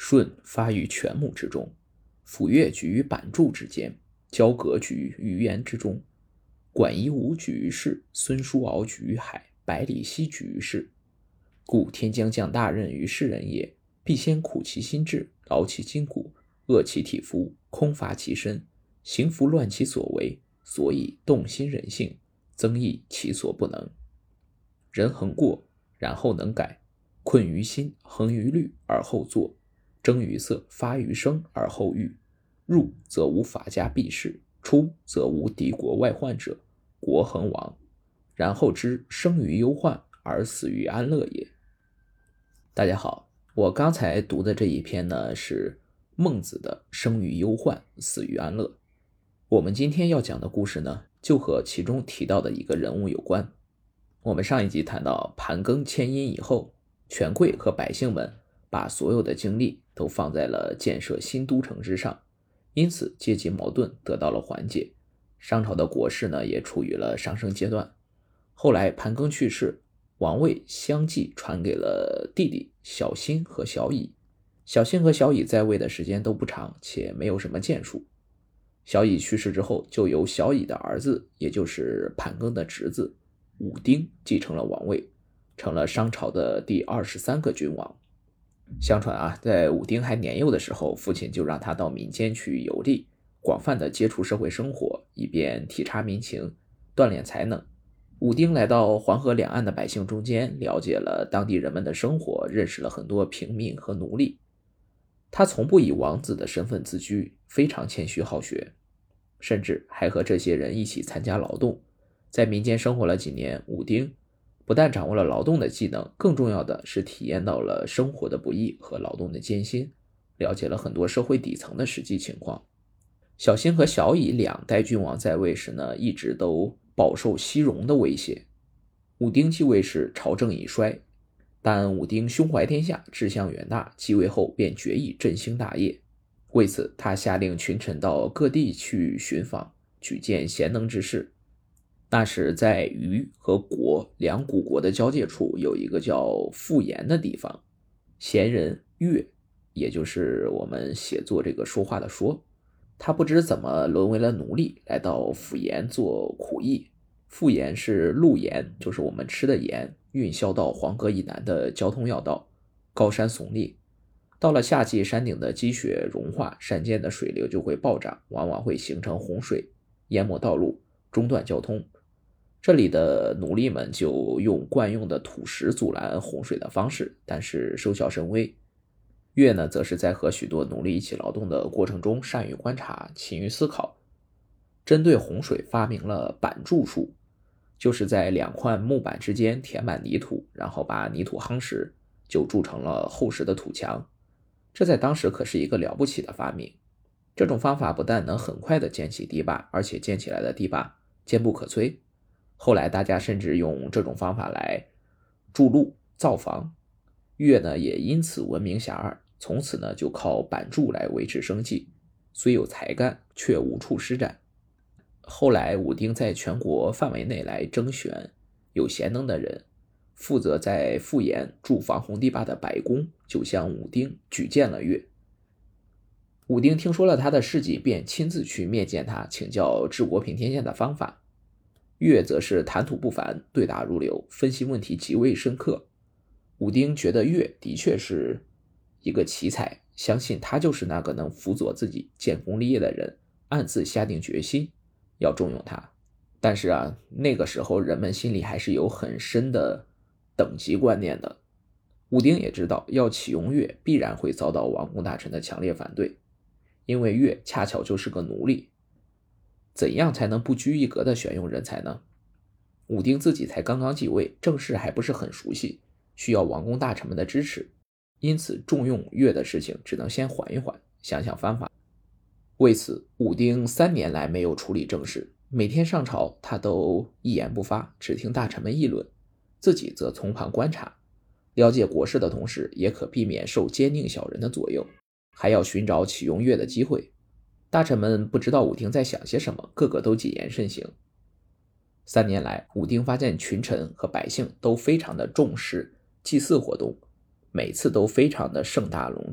舜发于泉木之中，辅乐举于板柱之间，交葛举于鱼焉之中，管夷吾举于市，孙叔敖举于海，百里奚举于市。故天将降大任于世人也，必先苦其心志，劳其筋骨，饿其体肤，空乏其身，行拂乱其所为，所以动心人性，增益其所不能。人恒过，然后能改，困于心，恒于虑，而后作，征于色，发于声，而后喻。入则无法家避世，出则无敌国外患者，国恒亡。然后知生于忧患，而死于安乐也。大家好，我刚才读的这一篇呢，是孟子的生于忧患，死于安乐。我们今天要讲的故事呢，就和其中提到的一个人物有关。我们上一集谈到盘庚迁殷以后，权贵和百姓们把所有的精力都放在了建设新都城之上，因此阶级矛盾得到了缓解，商朝的国势呢也处于了上升阶段。后来盘庚去世，王位相继传给了弟弟小辛和小乙。小辛和小乙在位的时间都不长，且没有什么建树。小乙去世之后，就由小乙的儿子，也就是盘庚的侄子武丁继承了王位，成了商朝的第23个君王。相传在武丁还年幼的时候，父亲就让他到民间去游历，广泛的接触社会生活，以便体察民情，锻炼才能。武丁来到黄河两岸的百姓中间，了解了当地人们的生活，认识了很多平民和奴隶。他从不以王子的身份自居，非常谦虚好学，甚至还和这些人一起参加劳动。在民间生活了几年，武丁不但掌握了劳动的技能，更重要的是体验到了生活的不易和劳动的艰辛，了解了很多社会底层的实际情况。小辛和小乙两代君王在位时呢，一直都饱受西戎的威胁。武丁继位时，朝政已衰，但武丁胸怀天下，志向远大，继位后便决意振兴大业。为此，他下令群臣到各地去寻访，举荐贤能之士。那时在虞和国两古国的交界处，有一个叫傅岩的地方。贤人乐，也就是我们写作这个说话的说，他不知怎么沦为了奴隶，来到傅岩做苦役。傅岩是路盐，就是我们吃的盐，运销到黄河以南的交通要道，高山耸立。到了夏季，山顶的积雪融化，山间的水流就会暴涨，往往会形成洪水，淹没道路，中断交通。这里的奴隶们就用惯用的土石阻拦洪水的方式，但是收效甚微。乐呢，则是在和许多奴隶一起劳动的过程中，善于观察，勤于思考，针对洪水发明了板柱术，就是在两块木板之间填满泥土，然后把泥土夯实，就铸成了厚实的土墙。这在当时可是一个了不起的发明。这种方法不但能很快地建起堤坝，而且建起来的堤坝坚不可摧。后来大家甚至用这种方法来筑路造房，乐呢也因此闻名遐迩，从此呢就靠板柱来维持生计，虽有才干，却无处施展。后来武丁在全国范围内来征选有贤能的人，负责在傅岩筑防洪堤坝的白宫就向武丁举荐了乐。武丁听说了他的事迹，便亲自去面见他，请教治国平天下的方法。乐则是谈吐不凡，对答如流，分析问题极为深刻。武丁觉得乐的确是一个奇才，相信他就是那个能辅佐自己建功立业的人，暗自下定决心要重用他。但是那个时候人们心里还是有很深的等级观念的。武丁也知道要启用乐必然会遭到王公大臣的强烈反对，因为乐恰巧就是个奴隶。怎样才能不拘一格的选用人才呢？武丁自己才刚刚继位，政事还不是很熟悉，需要王公大臣们的支持，因此重用乐的事情只能先缓一缓，想想方法。为此，武丁3年来没有处理政事，每天上朝他都一言不发，只听大臣们议论，自己则从旁观察，了解国事的同时，也可避免受奸佞小人的左右，还要寻找启用乐的机会。大臣们不知道武丁在想些什么，个个都谨言慎行。3年来，武丁发现群臣和百姓都非常的重视祭祀活动，每次都非常的盛大隆重，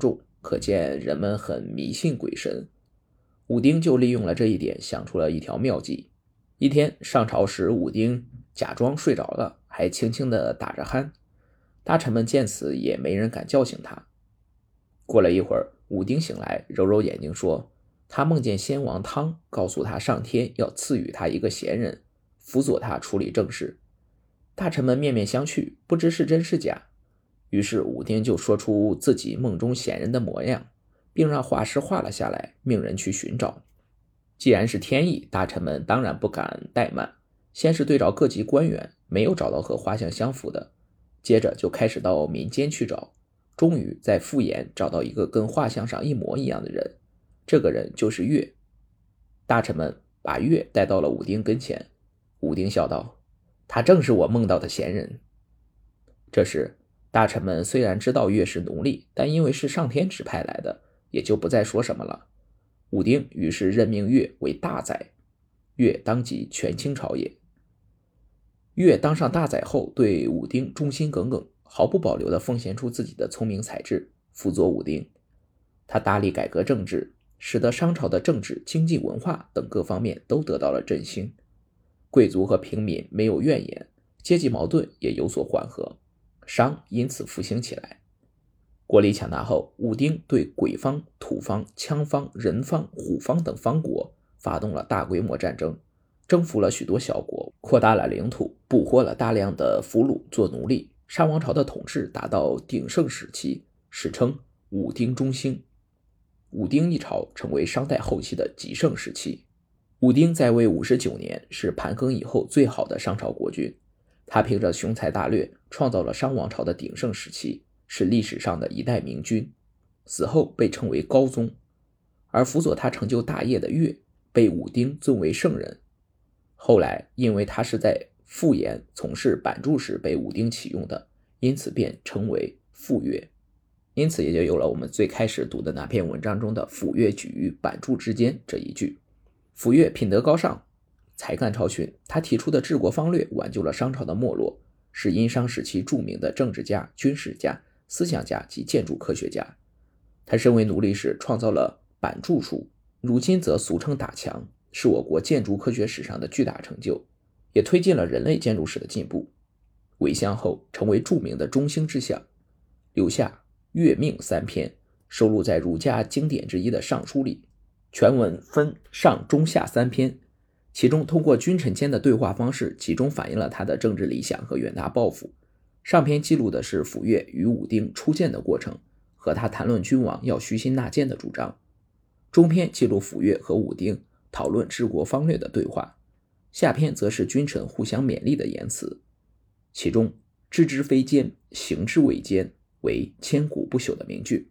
可见人们很迷信鬼神。武丁就利用了这一点，想出了一条妙计。一天上朝时，武丁假装睡着了，还轻轻地打着鼾。大臣们见此，也没人敢叫醒他。过了一会儿，武丁醒来，揉揉眼睛说，他梦见先王汤告诉他上天要赐予他一个贤人，辅佐他处理政事。大臣们面面相觑，不知是真是假。于是武丁就说出自己梦中贤人的模样，并让画师画了下来，命人去寻找。既然是天意，大臣们当然不敢怠慢，先是对照各级官员，没有找到和画像相符的，接着就开始到民间去找，终于在富岩找到一个跟画像上一模一样的人，这个人就是月。大臣们把月带到了武丁跟前，武丁笑道，他正是我梦到的贤人。这时大臣们虽然知道月是奴隶，但因为是上天指派来的，也就不再说什么了。武丁于是任命月为大宰，月当即权倾朝野。月当上大宰后，对武丁忠心耿耿，毫不保留地奉献出自己的聪明才智，辅佐武丁。他大力改革政治，使得商朝的政治、经济、文化等各方面都得到了振兴。贵族和平民没有怨言，阶级矛盾也有所缓和，商因此复兴起来。国力强大后，武丁对鬼方、土方、羌方、人方、虎方等方国发动了大规模战争，征服了许多小国，扩大了领土，捕获了大量的俘虏做奴隶。商王朝的统治达到鼎盛时期，史称武丁中兴。武丁一朝成为商代后期的极盛时期。武丁在位59年，是盘庚以后最好的商朝国君。他凭着雄才大略，创造了商王朝的鼎盛时期，是历史上的一代明君。死后被称为高宗，而辅佐他成就大业的月被武丁尊为圣人。后来因为他是在富岩从事版筑时被武丁启用的，因此便称为傅说。因此也就有了我们最开始读的那篇文章中的傅说举于版筑之间这一句。傅说品德高尚，才干超群，他提出的治国方略挽救了商朝的没落，是殷商时期著名的政治家、军事家、思想家及建筑科学家。他身为奴隶时创造了版筑术，如今则俗称打墙，是我国建筑科学史上的巨大成就，也推进了人类建筑史的进步。为相后成为著名的中兴之相，留下月命3篇，收录在儒家经典之一的尚书里。全文分上中下3篇，其中通过君臣间的对话方式，集中反映了他的政治理想和远大抱负。上篇记录的是傅说与武丁初见的过程，和他谈论君王要虚心纳谏的主张。中篇记录傅说和武丁讨论治国方略的对话，下篇则是君臣互相勉励的言辞。其中知之非奸，行之为奸，为千古不朽的名句。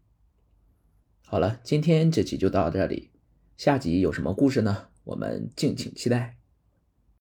好了，今天这集就到这里，下集有什么故事呢？我们敬请期待。